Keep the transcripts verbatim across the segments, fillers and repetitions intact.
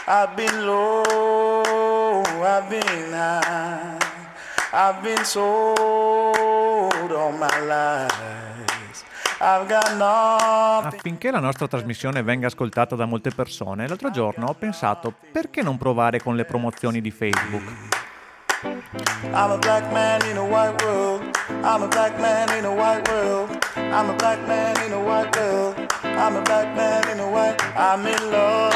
I've been low, I've been high, I've been sold all my life. I've got nothing. Affinché la nostra trasmissione venga ascoltata da molte persone, l'altro giorno ho pensato, perché non provare con le promozioni di Facebook? I'm a black man in a white world. I'm a black man in a white world. I'm a black man in a white world. I'm a black man in a white. I'm in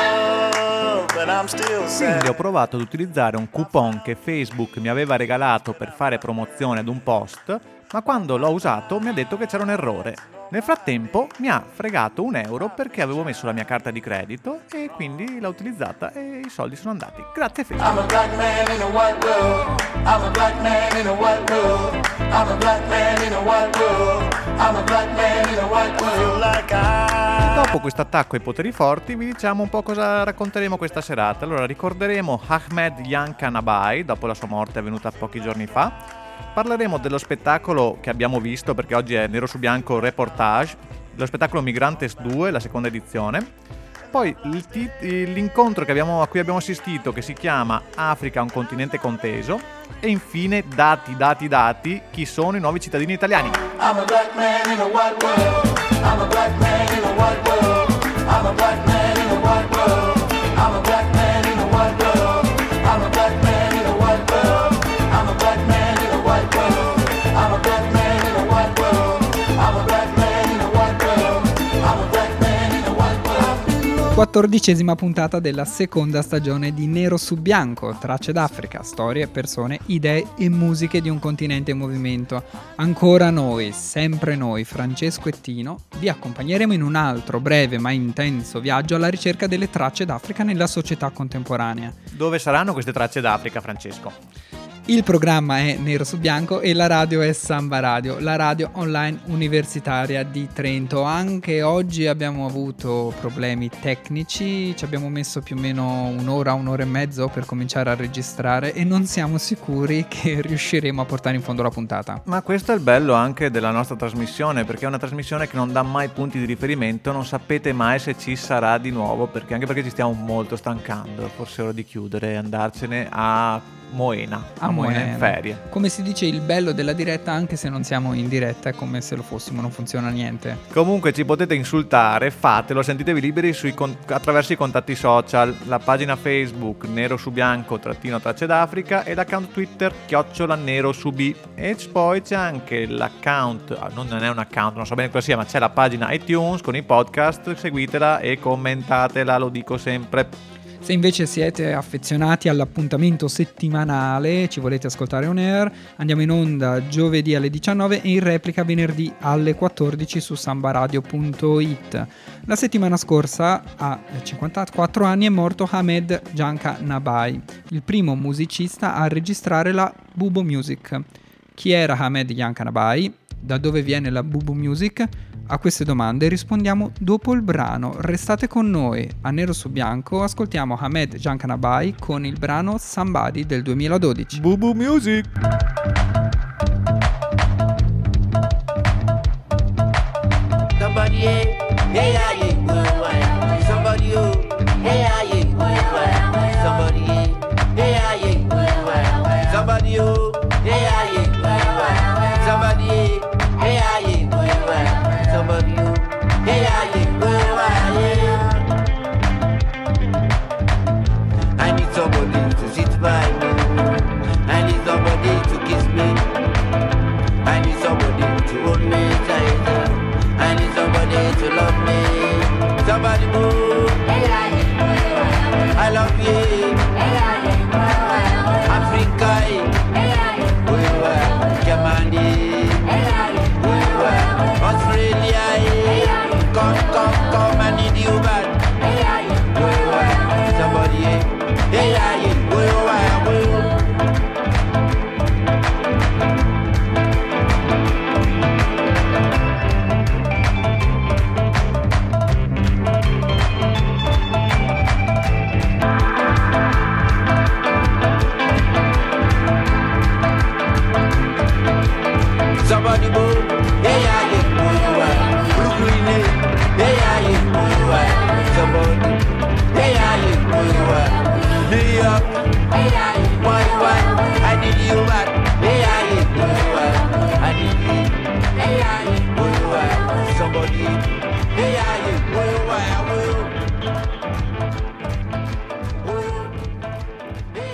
love, but I'm still sad. Quindi ho provato ad utilizzare un coupon che Facebook mi aveva regalato per fare promozione ad un post, ma quando l'ho usato mi ha detto che c'era un errore. Nel frattempo mi ha fregato un euro perché avevo messo la mia carta di credito e quindi l'ho utilizzata e i soldi sono andati. Grazie Facebook. I'm a black man in a white world. I'm a black man in a white world. I'm a black man in a white world. I'm a black man in a white world. Like I... Dopo questo attacco ai poteri forti vi diciamo un po' cosa racconteremo questa serata. Allora ricorderemo Ahmed Yankanabai, dopo la sua morte avvenuta pochi giorni fa. Parleremo dello spettacolo che abbiamo visto, perché oggi è nero su bianco reportage, dello spettacolo Migrantes due, la seconda edizione. Poi il tit- l'incontro che abbiamo, a cui abbiamo assistito, che si chiama Africa, un continente conteso. E infine, dati, dati, dati, chi sono i nuovi cittadini italiani. I'm a black man in a white world. I'm a black man in a white world. I'm a black man in a white world. I'm a black man in a white world. I'm a black man in a white world. I'm a black man in a white world. I'm a black man in a white world. I'm a black man in a white world. I'm a black man in a white world. Quattordicesima puntata della seconda stagione di Nero su Bianco, tracce d'Africa, storie, persone, idee e musiche di un continente in movimento. Ancora noi, sempre noi, Francesco e Tino, vi accompagneremo in un altro breve ma intenso viaggio alla ricerca delle tracce d'Africa nella società contemporanea. Dove saranno queste tracce d'Africa, Francesco? Il programma è Nero su Bianco e la radio è Samba Radio, la radio online universitaria di Trento. Anche oggi abbiamo avuto problemi tecnici, ci abbiamo messo più o meno un'ora, un'ora e mezzo per cominciare a registrare e non siamo sicuri che riusciremo a portare in fondo la puntata. Ma questo è il bello anche della nostra trasmissione, perché è una trasmissione che non dà mai punti di riferimento, non sapete mai se ci sarà di nuovo, perché anche perché ci stiamo molto stancando, forse è ora di chiudere e andarcene a Moena, a, a Moena, Moena in ferie. Come si dice, il bello della diretta, anche se non siamo in diretta, è come se lo fossimo, non funziona niente. Comunque ci potete insultare, fatelo, sentitevi liberi sui con- attraverso i contatti social, la pagina Facebook Nero su Bianco trattino tracce d'Africa e l'account Twitter chiocciola Nero su B. E poi c'è anche l'account, non è un account, non so bene cosa sia, ma c'è la pagina iTunes con i podcast, seguitela e commentatela, lo dico sempre. Se invece siete affezionati all'appuntamento settimanale, ci volete ascoltare on air, andiamo in onda giovedì alle diciannove e in replica venerdì alle quattordici su sambaradio punto it. La settimana scorsa, a cinquantaquattro anni, è morto Ahmed Yankanabai, il primo musicista a registrare la Bubu Music. Chi era Ahmed Yankanabai? Da dove viene la Bubu Music? A queste domande rispondiamo dopo il brano. Restate con noi. A Nero su Bianco ascoltiamo Ahmed Yankanabai con il brano Somebody del duemiladodici. Bubu Music. Somebody, hey, hey, hey, worldwide. Somebody, oh, hey, hey, worldwide. Somebody, hey, hey, worldwide. Somebody, oh, hey, hey, worldwide. Somebody, hey, hey, worldwide. Somebody, oh, hey, hey, worldwide. I need somebody to sit by me. I need somebody to kiss me. I need somebody to hold me tight. I need somebody to love me.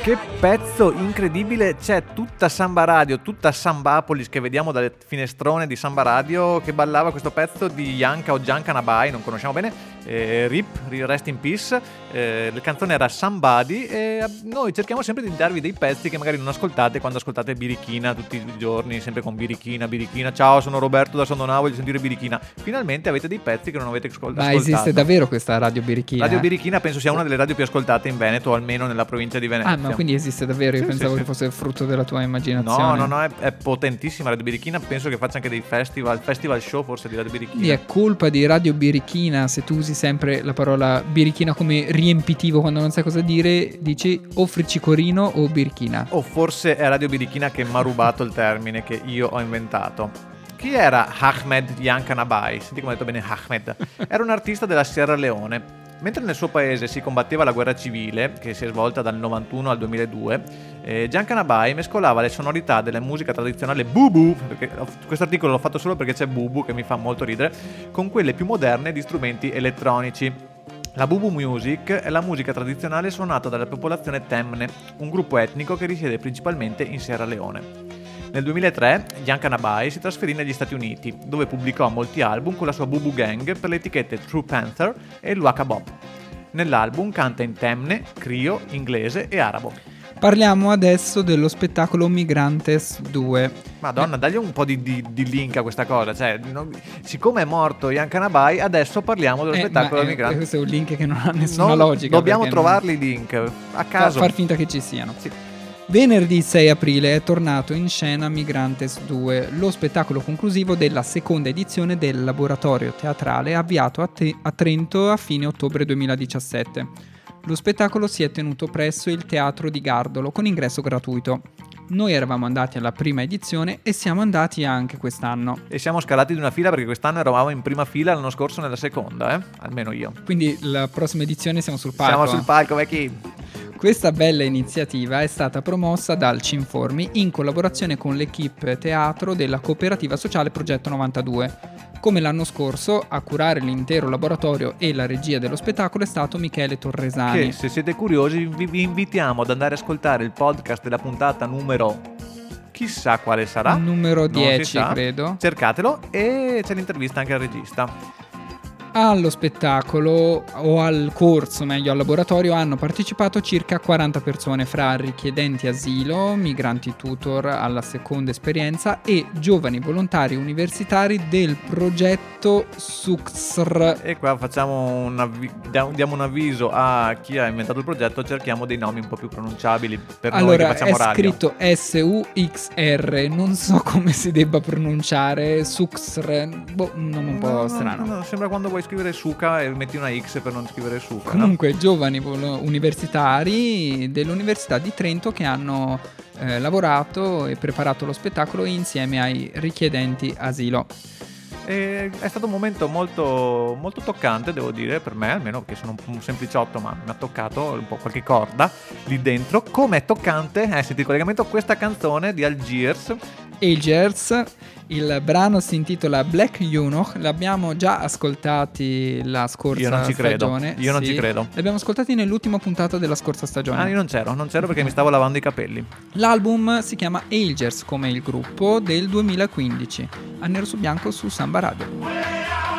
Che pezzo incredibile, c'è tutta Samba Radio, tutta Sambapolis che vediamo dalle finestrone di Samba Radio che ballava questo pezzo di Yanka o Janka Nabai, non conosciamo bene, eh, R I P, Rest in Peace, eh, la canzone era Somebody e noi cerchiamo sempre di darvi dei pezzi che magari non ascoltate quando ascoltate Birichina tutti i giorni, sempre con Birichina, Birichina, ciao sono Roberto da Sondonà, voglio sentire Birichina, finalmente avete dei pezzi che non avete ascol- Ma ascoltato. esiste davvero questa Radio Birichina? Radio Birichina penso sia una delle radio più ascoltate in Veneto, o almeno nella provincia di Venezia. Ah, ma quindi esiste davvero? Io Sì, pensavo sì, che sì. fosse frutto della tua immaginazione. No, no, no, è, è potentissima Radio Birichina, penso che faccia anche dei festival, festival show forse di Radio Birichina. Quindi è colpa di Radio Birichina se tu usi sempre la parola birichina come riempitivo quando non sai cosa dire, dici o friccicorino o birichina. O forse è Radio Birichina che mi ha rubato il termine che io ho inventato. Chi era Ahmed Yanka Nabai? Senti come ho detto bene Ahmed. Era un artista della Sierra Leone. Mentre nel suo paese si combatteva la guerra civile, che si è svolta dal novantuno al duemiladue, eh, Yanka Nabai mescolava le sonorità della musica tradizionale bubu, perché questo articolo l'ho fatto solo perché c'è bubu che mi fa molto ridere, con quelle più moderne di strumenti elettronici. La Bubu Music è la musica tradizionale suonata dalla popolazione Temne, un gruppo etnico che risiede principalmente in Sierra Leone. Nel duemilatré Yanka Nabai si trasferì negli Stati Uniti, dove pubblicò molti album con la sua Bubu Gang per le etichette True Panther e Luaka Bop. Nell'album canta in Temne, Crio, inglese e arabo. Parliamo adesso dello spettacolo Migrantes due. Madonna, dagli un po' di, di, di link a questa cosa. Cioè, non, siccome è morto Yanka Nabai, adesso parliamo dello Eh, spettacolo ma, eh, Migrantes. questo è un link che non ha nessuna Non- logica. Dobbiamo perché trovarli i link a non- caso. Far finta che ci siano. Sì. Venerdì sei aprile è tornato in scena Migrantes due, lo spettacolo conclusivo della seconda edizione del laboratorio teatrale avviato a, te- a Trento a fine ottobre duemiladiciassette. Lo spettacolo si è tenuto presso il Teatro di Gardolo con ingresso gratuito. Noi eravamo andati alla prima edizione e siamo andati anche quest'anno. E siamo scalati di una fila perché quest'anno eravamo in prima fila, l'anno scorso nella seconda, eh? Almeno io. Quindi la prossima edizione siamo sul palco. Siamo sul palco, vecchi. Questa bella iniziativa è stata promossa dal Cinformi in collaborazione con l'equipe teatro della cooperativa sociale Progetto novantadue. Come l'anno scorso, a curare l'intero laboratorio e la regia dello spettacolo è stato Michele Torresani. Che se siete curiosi vi, vi invitiamo ad andare a ascoltare il podcast della puntata numero chissà quale sarà. Numero Non si dieci, sa. credo. Cercatelo e c'è l'intervista anche al regista. Allo spettacolo o al corso, meglio al laboratorio, hanno partecipato circa quaranta persone fra richiedenti asilo, migranti tutor alla seconda esperienza e giovani volontari universitari del progetto S U X R. E qua facciamo un avvi- diamo un avviso a chi ha inventato il progetto, cerchiamo dei nomi un po' più pronunciabili per noi che Allora, è facciamo radio. scritto S U X R, non so come si debba pronunciare, S U X R, boh, un nome un po' No, no, strano. no, sembra quando vuoi scrivere Suca e metti una X per non scrivere Suca. Comunque giovani volo- universitari dell'Università di Trento che hanno eh, lavorato e preparato lo spettacolo insieme ai richiedenti asilo. E è stato un momento molto, molto toccante, devo dire, per me, almeno che sono un, un sempliciotto, ma mi ha toccato un po' qualche corda lì dentro. Come è toccante, eh, senti il collegamento, questa canzone di Algiers. Algiers, il brano si intitola Black Eunuch, l'abbiamo già ascoltati la scorsa Io non ci credo, stagione. io non Sì, ci credo. L'abbiamo ascoltati nell'ultima puntata della scorsa stagione. Ah, io non c'ero, non c'ero perché mi stavo lavando i capelli. L'album si chiama Algiers come il gruppo del duemilaquindici, a nero su bianco su Samba Radio.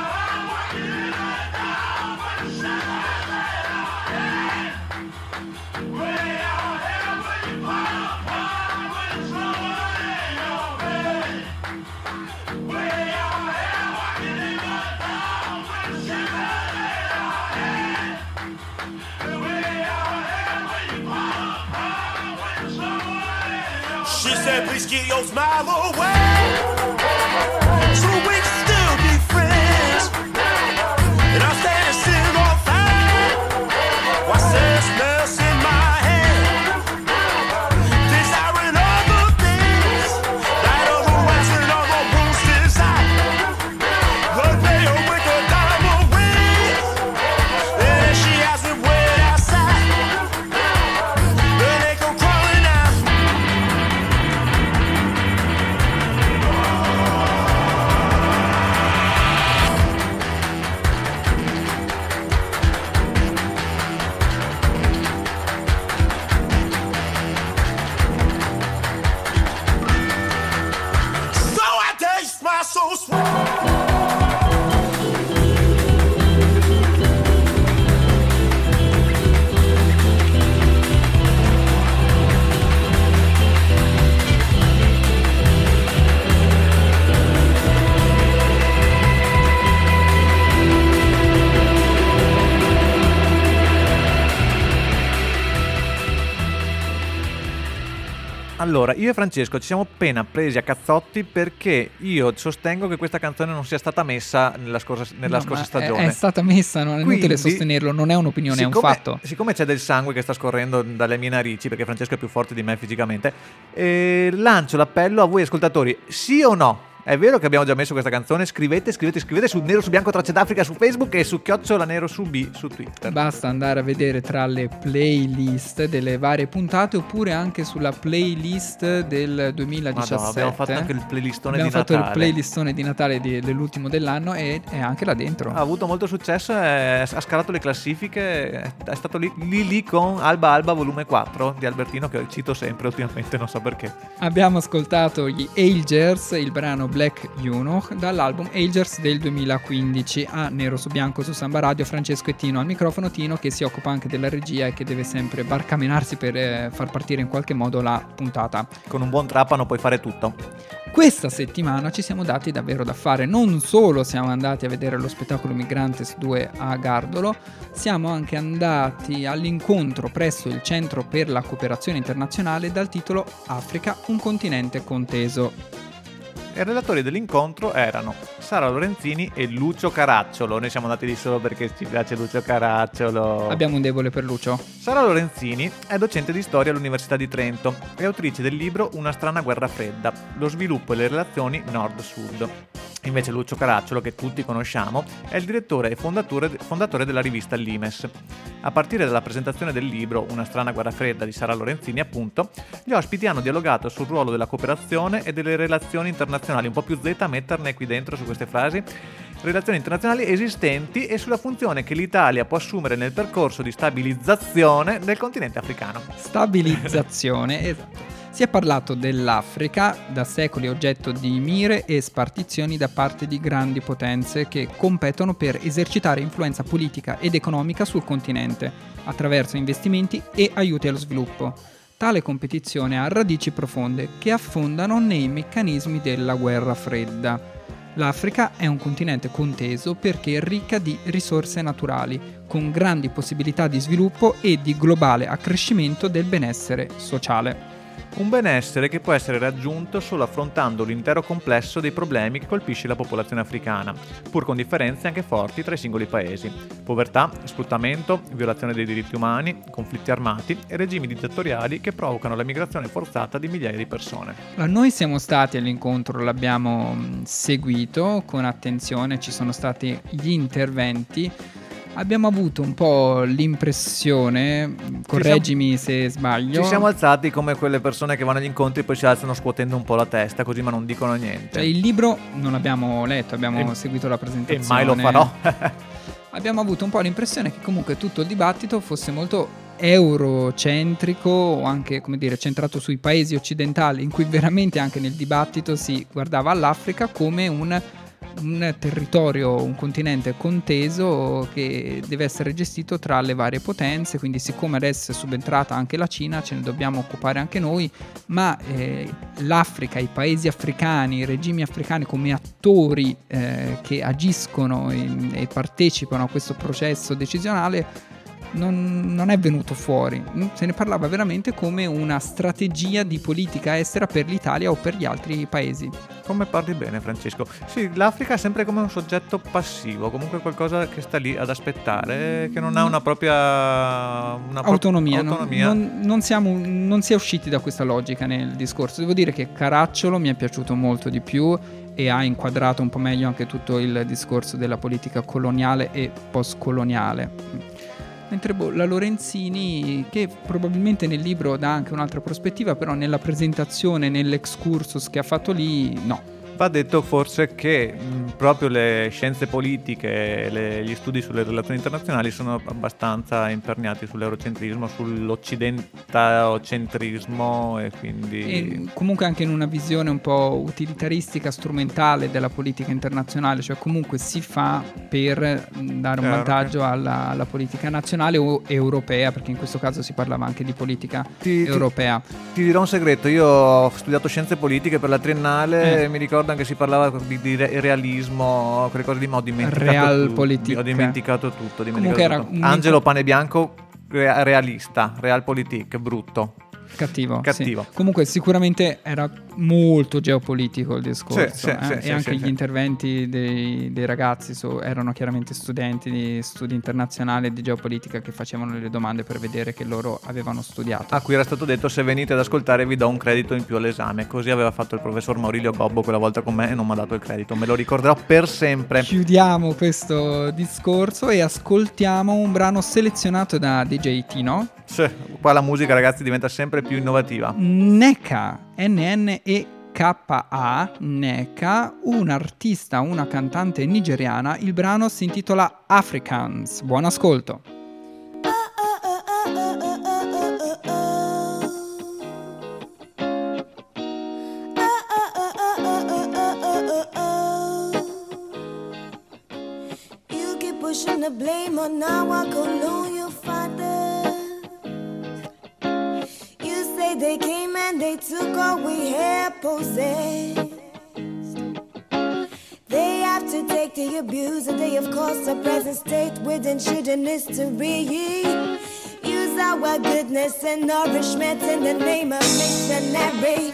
She said, please get your smile away, so we can still be friends. And I'm standing still on fire, what's that smells in my head? Desiring other things, like other wax and other boots inside. But they are wicked diamond wings, and she has it wet outside. Then they come crawling out. Allora, io e Francesco ci siamo appena presi a cazzotti perché io sostengo che questa canzone non sia stata messa nella scorsa, nella No, scorsa ma stagione. È, è stata messa, non è inutile Quindi, sostenerlo, non è un'opinione, è un siccome- fatto. Siccome c'è del sangue che sta scorrendo dalle mie narici, perché Francesco è più forte di me fisicamente, eh, lancio l'appello a voi ascoltatori, sì o no? È vero che abbiamo già messo questa canzone? Scrivete, scrivete, scrivete su Nero su Bianco Tracce d'Africa su Facebook e su Chiocciola Nero su B su Twitter. Basta andare a vedere tra le playlist delle varie puntate oppure anche sulla playlist del duemiladiciassette. Madonna, abbiamo fatto anche il playlistone Abbiamo di fatto Natale. il playlistone di Natale di- dell'ultimo dell'anno e è anche là dentro. Ha avuto molto successo, è- ha scalato le classifiche, è è stato lì, lì lì con Alba Alba volume quattro di Albertino, che cito sempre ultimamente, non so perché. Abbiamo ascoltato gli Agers, il brano Black Eunuch, dall'album Agers del duemilaquindici. A Nero su Bianco su Samba Radio, Francesco e Tino al microfono. Tino che si occupa anche della regia e che deve sempre barcamenarsi per eh, far partire in qualche modo la puntata. Con un buon trapano puoi fare tutto. Questa settimana ci siamo dati davvero da fare. Non solo siamo andati a vedere lo spettacolo Migrantes due a Gardolo, siamo anche andati all'incontro presso il Centro per la Cooperazione Internazionale dal titolo Africa, un continente conteso. I relatori dell'incontro erano Sara Lorenzini e Lucio Caracciolo. Noi siamo andati lì solo perché ci piace Lucio Caracciolo. Abbiamo un debole per Lucio. Sara Lorenzini è docente di storia all'Università di Trento e autrice del libro Una strana guerra fredda, lo sviluppo e le relazioni nord-sud. Invece Lucio Caracciolo, che tutti conosciamo, è il direttore e fondatore, fondatore della rivista Limes. A partire dalla presentazione del libro Una strana guerra fredda di Sara Lorenzini, appunto, gli ospiti hanno dialogato sul ruolo della cooperazione e delle relazioni internazionali, un po' più Z a metterne qui dentro su queste frasi, relazioni internazionali esistenti e sulla funzione che l'Italia può assumere nel percorso di stabilizzazione del continente africano. Stabilizzazione, esatto. Si è parlato dell'Africa, da secoli oggetto di mire e spartizioni da parte di grandi potenze che competono per esercitare influenza politica ed economica sul continente, attraverso investimenti e aiuti allo sviluppo. Tale competizione ha radici profonde che affondano nei meccanismi della guerra fredda. L'Africa è un continente conteso perché è ricca di risorse naturali, con grandi possibilità di sviluppo e di globale accrescimento del benessere sociale. Un benessere che può essere raggiunto solo affrontando l'intero complesso dei problemi che colpisce la popolazione africana, pur con differenze anche forti tra i singoli paesi. Povertà, sfruttamento, violazione dei diritti umani, conflitti armati e regimi dittatoriali che provocano la migrazione forzata di migliaia di persone. Noi siamo stati all'incontro, l'abbiamo mh, seguito con attenzione, ci sono stati gli interventi. Abbiamo avuto un po' l'impressione, correggimi se sbaglio. Ci siamo alzati come quelle persone che vanno agli incontri e poi si alzano scuotendo un po' la testa, così ma non dicono niente. Cioè, il libro non l'abbiamo letto, abbiamo E- seguito la E presentazione. mai lo farò. Abbiamo avuto un po' l'impressione che comunque tutto il dibattito fosse molto eurocentrico o anche, come dire, centrato sui paesi occidentali, in cui veramente anche nel dibattito si guardava all'Africa come un un territorio, un continente conteso che deve essere gestito tra le varie potenze, quindi siccome adesso è subentrata anche la Cina ce ne dobbiamo occupare anche noi, ma eh, l'Africa, i paesi africani, i regimi africani come attori eh, che agiscono in, e partecipano a questo processo decisionale non, non è venuto fuori, se ne parlava veramente come una strategia di politica estera per l'Italia o per gli altri paesi. Come parli bene, Francesco. Sì, l'Africa è sempre come un soggetto passivo, comunque qualcosa che sta lì ad aspettare, che non ha una propria una pro- autonomia, non- autonomia. Non, non siamo, non si è usciti da questa logica nel discorso. Devo dire che Caracciolo mi è piaciuto molto di più e ha inquadrato un po' meglio anche tutto il discorso della politica coloniale e postcoloniale. Mentre boh, la Lorenzini, che probabilmente nel libro dà anche un'altra prospettiva, però nella presentazione, nell'excursus che ha fatto lì, no. Va detto forse che mh, proprio le scienze politiche, le- gli studi sulle relazioni internazionali sono abbastanza imperniati sull'eurocentrismo, sull'occidentocentrismo e quindi... E comunque anche in una visione un po' utilitaristica, strumentale della politica internazionale, cioè comunque si fa per mh, dare un Chiaro, vantaggio alla, alla politica nazionale o europea, perché in questo caso si parlava anche di politica Ti- ti- europea. Ti dirò un segreto, io ho studiato scienze politiche per la triennale Eh. e mi ricordo anche si parlava di, di re- realismo, quelle cose lì, ma ho dimenticato Realpolitik. tutto. Ho dimenticato tutto. ho dimenticato Comunque era tutto. un Angelo inco- Panebianco, re- realista, realpolitik, brutto. Cattivo, Cattivo. sì. Comunque sicuramente era molto geopolitico il discorso, Sì, sì, eh? sì, e sì, anche sì, gli sì. interventi dei, dei ragazzi su- erano chiaramente studenti di studi internazionali di geopolitica che facevano le domande per vedere che loro avevano studiato. A cui era stato detto: se venite ad ascoltare vi do un credito in più all'esame. Così aveva fatto il professor Maurilio Gobbo quella volta con me e non mi ha dato il credito. Me lo ricorderò per sempre. Chiudiamo questo discorso e ascoltiamo un brano selezionato da D J Tino, Sì, qua la musica, ragazzi, diventa sempre più innovativa. Nneka, N N E K A, Nneka, un artista, una cantante nigeriana. Il brano si intitola Africans. Buon ascolto. You keep pushing the blame on our colonial fathers. You say they came and they took all we had possessed. They have to take the abuse and they have caused a present state with ancient history. Use our goodness and nourishment in the name of missionary.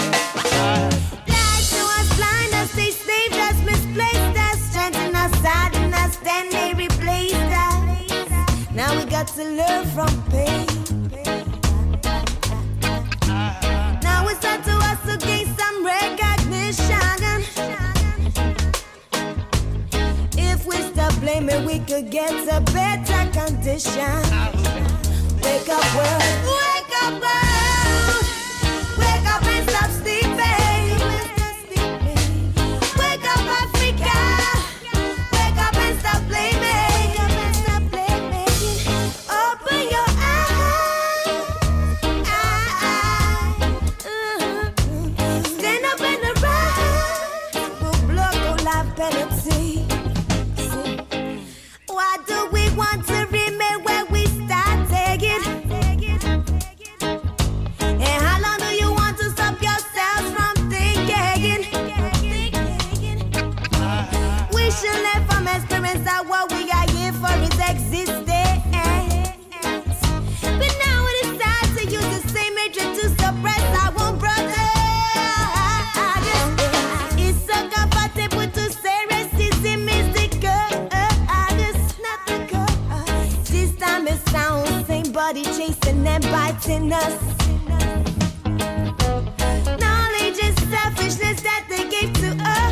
Lied to us, blind us, they saved us, misplaced us, strengthened us, saddened us, then they replaced us. Now we got to learn from pain. Now it's up to us to gain some recognition. If we stop blaming, we could get a better condition. Wake up, world. Wake up, world. Wake up and stop sleeping. Wake up, Africa. Wake up and stop blaming. Open your eyes. Stand up and arise. Go blood, go life penalty. Why do we want to remain where we started? And how long do you want to stop yourselves from thinking? We should learn from experience that what we are here for is existence. But now it is time to use the same hatred to suppress our own brothers. It's so comfortable to say racism is the cause, not the cause. This time it sounds same body chasing and biting us. Knowledge is selfishness that they gave to us.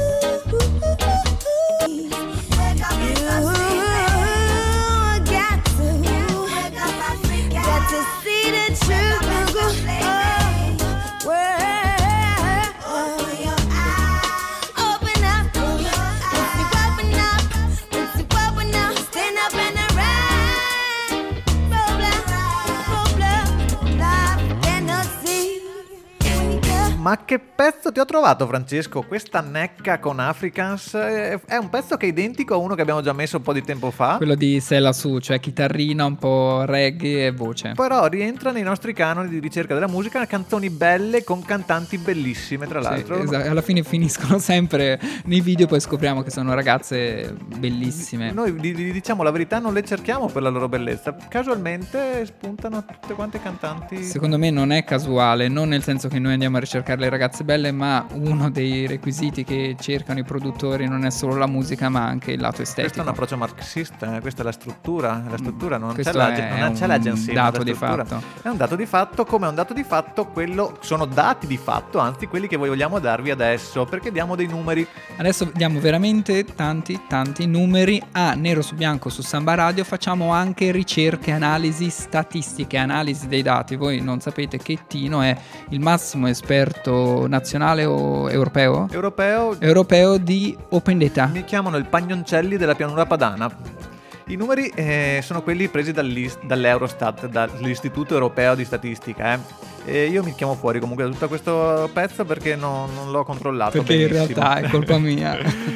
You got to, got to see the truth. Oh, world. Open up, once you open up, once you open up, stand up and arise. Roll up, roll up, life cannot see. Ma che pezzo ti ho trovato, Francesco? Questa Nneka con Africans eh, è un pezzo che è identico a uno che abbiamo già messo un po' di tempo fa. Quello di Sela Su, cioè chitarrina, un po' reggae e voce. Però rientra nei nostri canoni di ricerca della musica, canzoni belle con cantanti bellissime, tra l'altro. Sì, esatto. Alla fine finiscono sempre nei video, poi scopriamo che sono ragazze bellissime. Noi vi- vi diciamo la verità, non le cerchiamo per la loro bellezza. Casualmente spuntano tutte quante cantanti. Secondo me non è casuale, non nel senso che noi andiamo a ricercare le ragazze belle, ma uno dei requisiti che cercano i produttori non è solo la musica, ma anche il lato estetico. Questo è un approccio marxista, eh, questa è la struttura, la struttura non c'è, Questo la, è non c'è un l'agency, ma dato la di struttura. fatto. È un dato di fatto, come è un dato di fatto quello, sono dati di fatto, anzi quelli che vogliamo darvi adesso, perché diamo dei numeri. Adesso diamo veramente tanti tanti numeri a nero su bianco su Samba Radio. Facciamo anche ricerche, analisi statistiche, analisi dei dati. Voi non sapete che Tino è il massimo esperto nazionale o europeo? Europeo, Europeo di Open Data. mi chiamano il Pagnoncelli della pianura padana. I numeri eh, sono quelli presi dall'Is- dall'Eurostat, dall'Istituto Europeo di Statistica. Eh. E io mi chiamo fuori comunque da tutto questo pezzo perché non, non l'ho controllato Perché in benissimo. realtà è colpa mia.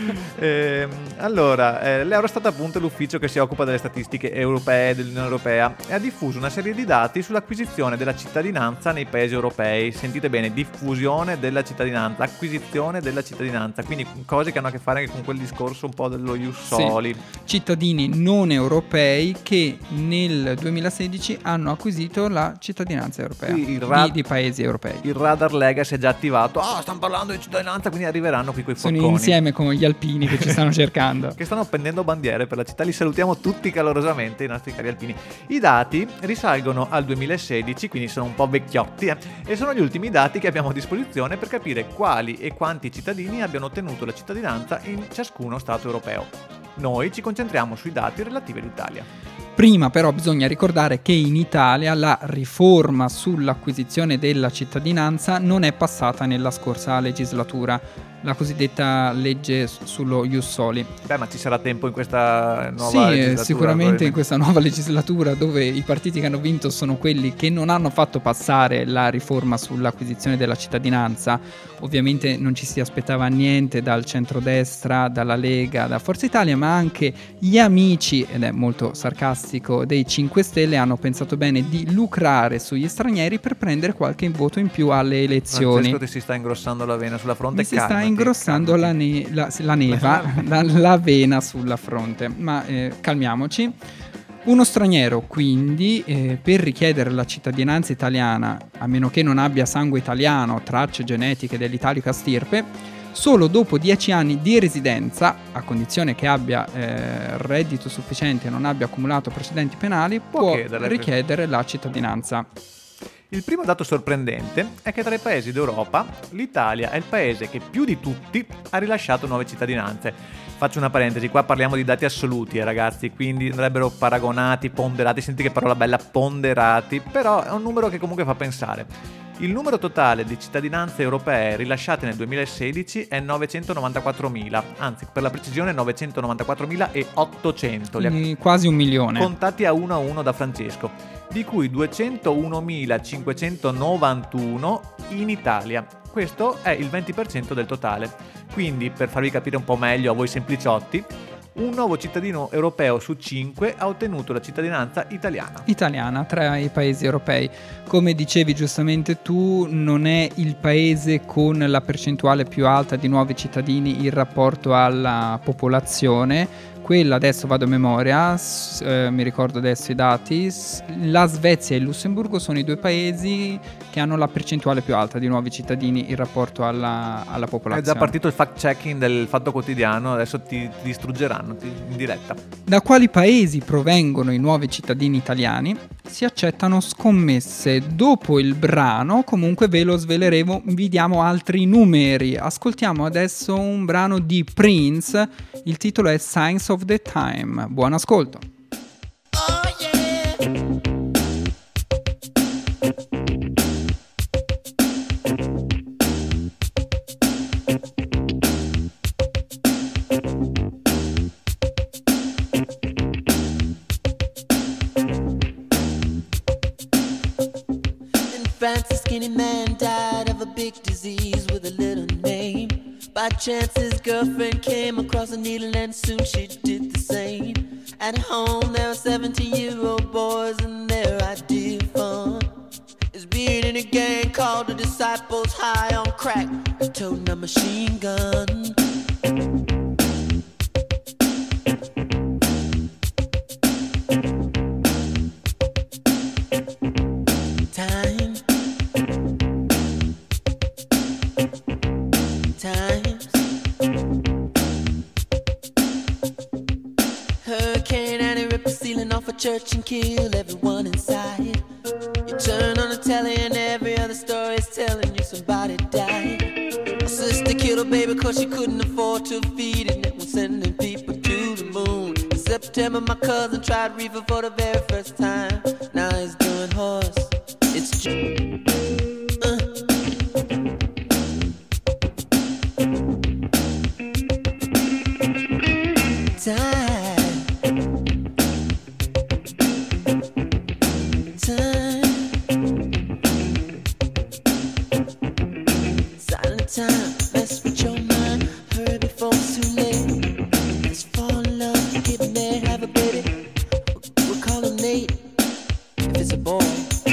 Ehm, allora, eh, l'Eurostat appunto è l'ufficio che si occupa delle statistiche europee dell'Unione Europea e ha diffuso una serie di dati sull'acquisizione della cittadinanza nei paesi europei. Sentite bene, diffusione della cittadinanza, acquisizione della cittadinanza, quindi cose che hanno a che fare anche con quel discorso un po' dello ius soli. Sì. Cittadini non europei che nel duemilasedici hanno acquisito la cittadinanza europea Sì, il ra- di, di paesi europei. Il radar Lega si è già attivato. Ah, stanno parlando di cittadinanza, quindi arriveranno qui quei Sono forconi. insieme con gli alpini che ci stanno cercando. Che stanno appendendo bandiere per la città. Li salutiamo tutti calorosamente, i nostri cari alpini. I dati risalgono al duemilasedici, quindi sono un po' vecchiotti, eh, e sono gli ultimi dati che abbiamo a disposizione per capire quali e quanti cittadini abbiano ottenuto la cittadinanza in ciascuno Stato europeo. Noi ci concentriamo sui dati relativi all'Italia. Prima però bisogna ricordare che in Italia la riforma sull'acquisizione della cittadinanza non è passata nella scorsa legislatura, la cosiddetta legge sullo ius soli. Beh, ma ci sarà tempo in questa nuova Sì, legislatura? eh, sicuramente in probabilmente. questa nuova legislatura, dove i partiti che hanno vinto sono quelli che non hanno fatto passare la riforma sull'acquisizione della cittadinanza. Ovviamente non ci si aspettava niente dal centrodestra, dalla Lega, da Forza Italia, ma anche gli amici, ed è molto sarcastico, dei cinque Stelle hanno pensato bene di lucrare sugli stranieri per prendere qualche voto in più alle elezioni. Francesco, ti si sta ingrossando la vena sulla fronte. Mi si sta calmati, ingrossando la, calmati. ne- la, la neva, la, la vena sulla fronte, ma eh, calmiamoci. Uno straniero, quindi, eh, per richiedere la cittadinanza italiana, a meno che non abbia sangue italiano, tracce genetiche dell'italica stirpe, solo dopo dieci anni di residenza, a condizione che abbia eh, reddito sufficiente e non abbia accumulato precedenti penali, può chiedere- richiedere la cittadinanza. Il primo dato sorprendente è che tra i paesi d'Europa l'Italia è il paese che più di tutti ha rilasciato nuove cittadinanze. Faccio una parentesi, qua parliamo di dati assoluti, eh, ragazzi, quindi andrebbero paragonati, ponderati, senti che parola bella, ponderati, però è un numero che comunque fa pensare. Il numero totale di cittadinanze europee rilasciate nel duemilasedici è novecentonovantaquattromila, anzi per la precisione novecentonovantaquattromilaottocento, li ha Quindi quasi un milione. contati a uno a uno da Francesco, di cui duecentounomilacinquecentonovantuno in Italia. Questo è il venti per cento del totale. Quindi, per farvi capire un po' meglio a voi sempliciotti, un nuovo cittadino europeo su cinque ha ottenuto la cittadinanza italiana. Italiana tra i paesi europei. Come dicevi giustamente tu, non è il paese con la percentuale più alta di nuovi cittadini in rapporto alla popolazione. Quella, adesso vado a memoria, s- eh, mi ricordo adesso i dati, s- la Svezia e il Lussemburgo sono i due paesi che hanno la percentuale più alta di nuovi cittadini in rapporto alla, alla È popolazione. già partito il fact-checking del Fatto Quotidiano, adesso ti, ti distruggeranno ti- in diretta. Da quali paesi provengono i nuovi cittadini italiani? Si accettano scommesse. Dopo il brano, comunque ve lo sveleremo, vi diamo altri numeri. Ascoltiamo adesso un brano di Prince, il titolo è Signs of the Time. Buon ascolto. In France, a skinny man died of a big disease with a little name. By chance, his girlfriend came across a needle and soon she did the same. At home, there were seventeen-year-old boys and their idea of fun is being in a gang called the Disciples, high on crack, toting a machine gun. Time, times. Hurricane Annie ripped the ceiling off a church and killed everyone inside. You turn on the telly and every other story is telling you somebody died. A sister killed her baby cause she couldn't afford to feed it and was sending people to the moon. In September my cousin tried reefer for the very first time. Now he's doing horse. It's June. Uh. Time. Time. Silent time. Mess with your mind. Hurry before it's too late. is a boy.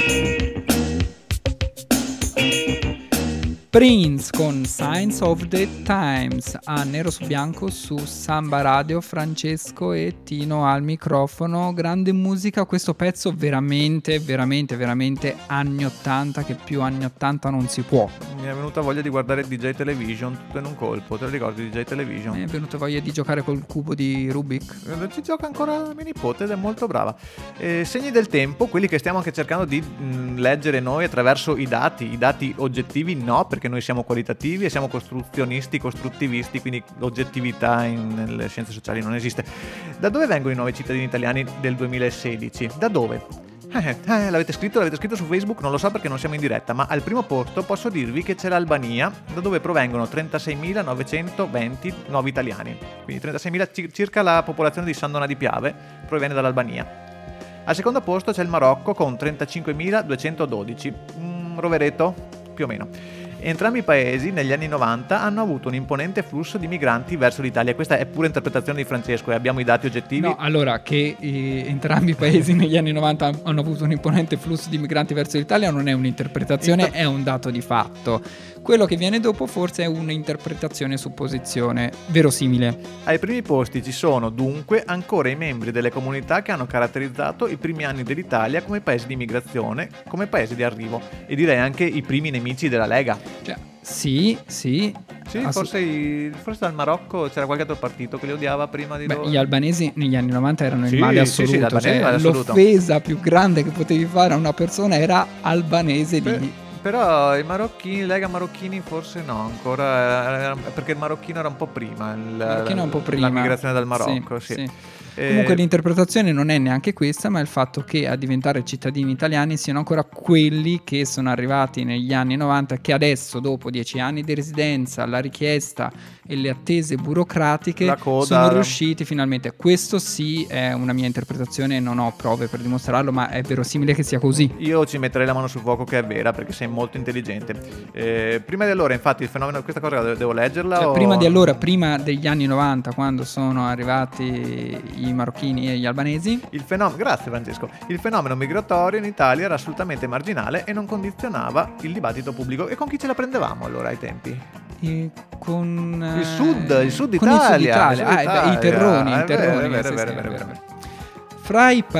Prince con Signs of the Times a nero su bianco su Samba Radio. Francesco e Tino al microfono. Grande musica, questo pezzo veramente veramente veramente anni ottanta, che più anni ottanta non si può. Mi è venuta voglia di guardare D J Television tutto in un colpo. Te lo ricordi D J Television? Mi è venuta voglia di giocare col cubo di Rubik. Ci gioca ancora mia nipote ed è molto brava. Eh, segni del tempo, quelli che stiamo anche cercando di mh, leggere noi attraverso i dati. I dati oggettivi no, perché noi siamo qualitativi e siamo costruzionisti, costruttivisti, quindi l'oggettività in, nelle scienze sociali non esiste. Da dove vengono i nuovi cittadini italiani del duemilasedici? Da dove? Eh, eh, l'avete scritto, l'avete scritto su Facebook, non lo so perché non siamo in diretta, ma al primo posto posso dirvi che c'è l'Albania, da dove provengono trentaseimilanovecentoventi nuovi italiani. Quindi trentaseimila, circa la popolazione di San Donà di Piave proviene dall'Albania. Al secondo posto c'è il Marocco con trentacinquemiladuecentododici. Mm, Rovereto? Più o meno. Entrambi i paesi negli anni novanta hanno avuto un imponente flusso di migranti verso l'Italia. Questa è pura interpretazione di Francesco e abbiamo i dati oggettivi. No, allora, che eh, entrambi i paesi negli anni novanta hanno avuto un imponente flusso di migranti verso l'Italia non è un'interpretazione, Inter- è un dato di fatto. Quello che viene dopo forse è un'interpretazione supposizione verosimile. Ai primi posti ci sono dunque ancora i membri delle comunità che hanno caratterizzato i primi anni dell'Italia come paese di migrazione, come paese di arrivo, e direi anche i primi nemici della Lega. Cioè, sì, sì. Sì, Ass- forse, i, forse dal Marocco c'era qualche altro partito che li odiava prima di Beh, loro. gli albanesi negli anni novanta erano Sì, il male sì, assoluto. sì, l'albanese cioè, è il male assoluto. l'offesa più grande che potevi fare a una persona era albanese Per- di... Però i marocchini, Lega marocchini forse no, ancora era- perché il marocchino era un po' prima, il, marocchino un po' prima. la migrazione dal Marocco, sì. Sì, sì. Eh, Comunque l'interpretazione non è neanche questa, ma il fatto che a diventare cittadini italiani siano ancora quelli che sono arrivati negli anni novanta, che adesso, dopo dieci anni di residenza, la richiesta e le attese burocratiche, La coda, sono la- riusciti finalmente. Questo sì è una mia interpretazione, non ho prove per dimostrarlo, ma è verosimile che sia così. Io ci metterei la mano sul fuoco che è vera, perché sei molto intelligente. Eh, prima di allora, infatti, il fenomeno, questa cosa devo, devo leggerla? Cioè, o- prima di allora, prima degli anni novanta, quando sono arrivati i marocchini e gli albanesi, Il fenomeno, grazie Francesco. Il fenomeno migratorio in Italia era assolutamente marginale e non condizionava il dibattito pubblico. E con chi ce la prendevamo allora ai tempi? e con eh, Il sud, il sud con il sud Italia, Italia. il Ah, sud eh, beh, i Italia. terroni, È i terroni. vero, è vero, sì, è vero, sì, è vero, è è vero. Fra i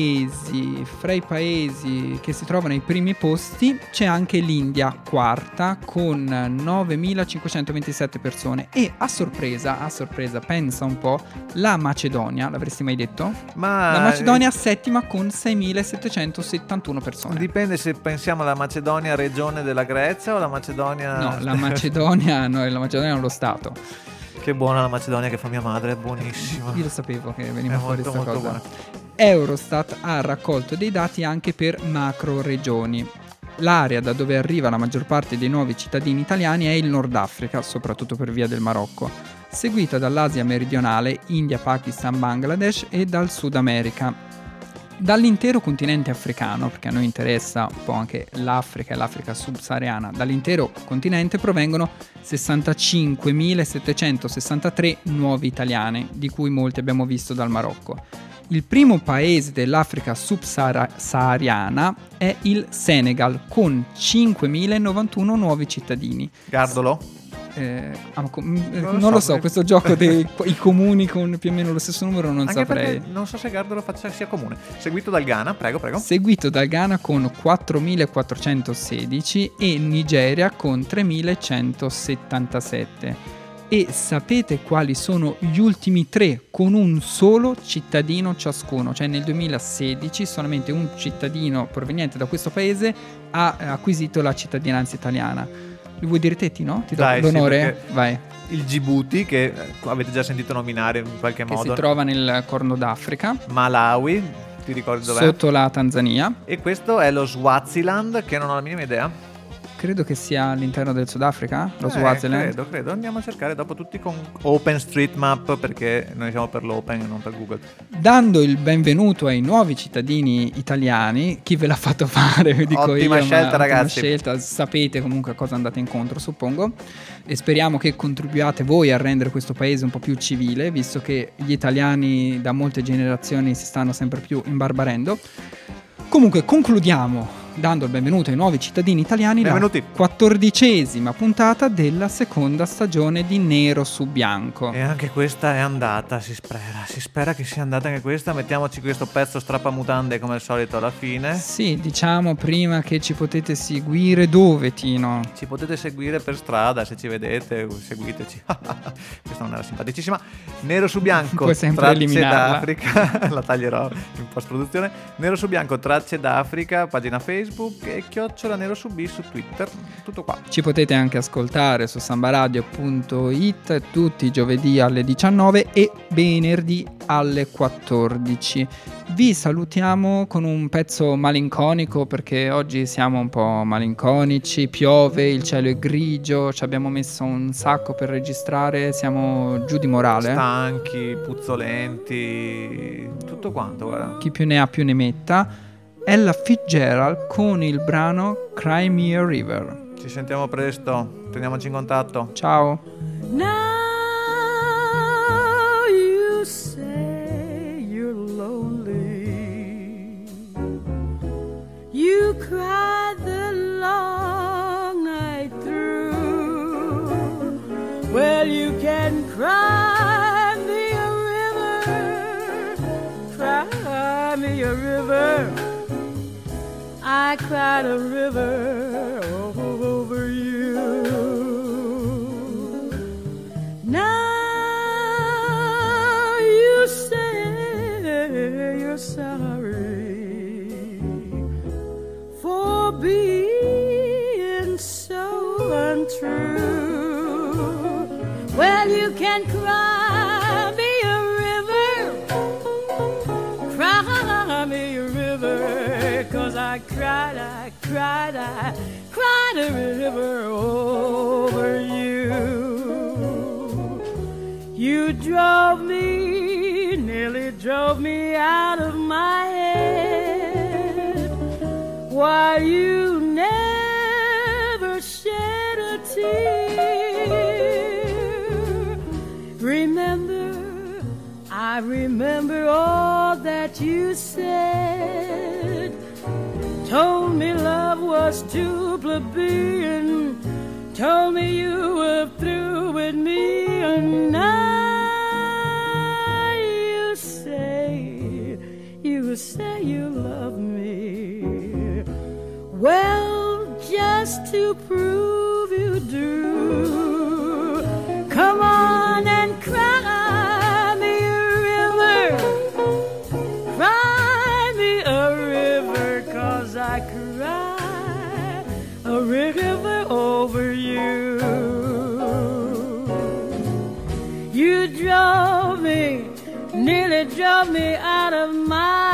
paesi, fra i paesi che si trovano ai primi posti c'è anche l'India, quarta, con novemilacinquecentoventisette persone. E a sorpresa, a sorpresa, pensa un po', la Macedonia, l'avresti mai detto? Ma La Macedonia settima con seimilasettecentosettantuno persone. dipende se pensiamo alla Macedonia regione della Grecia o la Macedonia... No, la Macedonia, no, la Macedonia è lo stato. Che buona la Macedonia che fa mia madre, è buonissima. Io lo sapevo che veniva È fuori molto, questa molto cosa. buona. Eurostat ha raccolto dei dati anche per macro regioni. L'area da dove arriva la maggior parte dei nuovi cittadini italiani è il Nord Africa, soprattutto per via del Marocco, seguita dall'Asia meridionale, India, Pakistan, Bangladesh e dal Sud America. Dall'intero continente africano, perché a noi interessa un po' anche l'Africa e l'Africa subsahariana, dall'intero continente provengono sessantacinquemilasettecentosessantatré nuovi italiani, di cui molti abbiamo visto dal Marocco. Il primo paese dell'Africa subsahariana è il Senegal, con cinquemilanovantuno nuovi cittadini. Gardolo? Eh, ah, ma com- eh, Non lo non so, lo so, perché- questo gioco dei i comuni con più o meno lo stesso numero non Anche saprei. perché non so se Gardolo faccia, sia comune. Seguito dal Ghana, prego, prego. Seguito dal Ghana con quattromilaquattrocentosedici e Nigeria con tremilacentosettantasette. E sapete quali sono gli ultimi tre con un solo cittadino ciascuno? Cioè nel duemilasedici solamente un cittadino proveniente da questo paese ha acquisito la cittadinanza italiana. Li vuoi dire te, Tino? Ti do Dai, sì, l'onore? perché- Vai. Il Djibouti, che eh, avete già sentito nominare in qualche Che modo. si trova nel Corno d'Africa, Malawi, ti ricordi dov'è? sotto la Tanzania. E questo è lo Swaziland, che non ho la minima idea. Credo che sia all'interno del Sudafrica, lo Eh, Swaziland. Credo, credo. Andiamo a cercare dopo tutti con OpenStreetMap, perché noi siamo per l'Open e non per Google. Dando il benvenuto ai nuovi cittadini italiani, chi ve l'ha fatto fare? Vi dico Ottima io, ma scelta, ottima ragazzi. scelta. Sapete comunque a cosa andate incontro, suppongo. E speriamo che contribuiate voi a rendere questo paese un po' più civile, visto che gli italiani da molte generazioni si stanno sempre più imbarbarendo. Comunque concludiamo dando il benvenuto ai nuovi cittadini italiani. Benvenuti. La quattordicesima puntata della seconda stagione di Nero su Bianco. E anche questa è andata, si spera, si spera che sia andata anche questa. Mettiamoci questo pezzo strappamutande come al solito alla fine. Sì, diciamo prima che ci potete seguire dove, Tino? Ci potete seguire per strada, se ci vedete, seguiteci. Questa non era simpaticissima. Nero su Bianco, Puoi sempre tracce eliminarla. d'Africa. La taglierò in post-produzione. Nero su Bianco, tracce d'Africa, pagina Facebook e chiocciola Nero su B su Twitter. Tutto qua. Ci potete anche ascoltare su sambaradio punto it tutti i giovedì alle diciannove e venerdì alle quattordici. Vi salutiamo con un pezzo malinconico perché oggi siamo un po' malinconici, piove, il cielo è grigio, ci abbiamo messo un sacco per registrare, siamo giù di morale. Stanchi, puzzolenti, tutto quanto, guarda. Chi più ne ha più ne metta. Ella Fitzgerald con il brano Cry Me a River. Ci sentiamo presto, teniamoci in contatto. Ciao. Now you say you're lonely. You cry the long night through. Well, you can cry me a river, cry me a river. I cried a river over you. Now you say you're sorry for being so untrue. Well, you can cry me a river, cry me a river, 'cause I cried, I cried, I cried a river over you. You drove me, nearly drove me out of my head, while you never shed a tear. Remember, I remember all that you said. Told me love was too plebeian. Told me you were through with me. And now you say, you say you love me. Well, just to prove you do, come on and cry me a river. Cry me a river, 'cause I cry a river over you. You drove me, nearly drove me out of my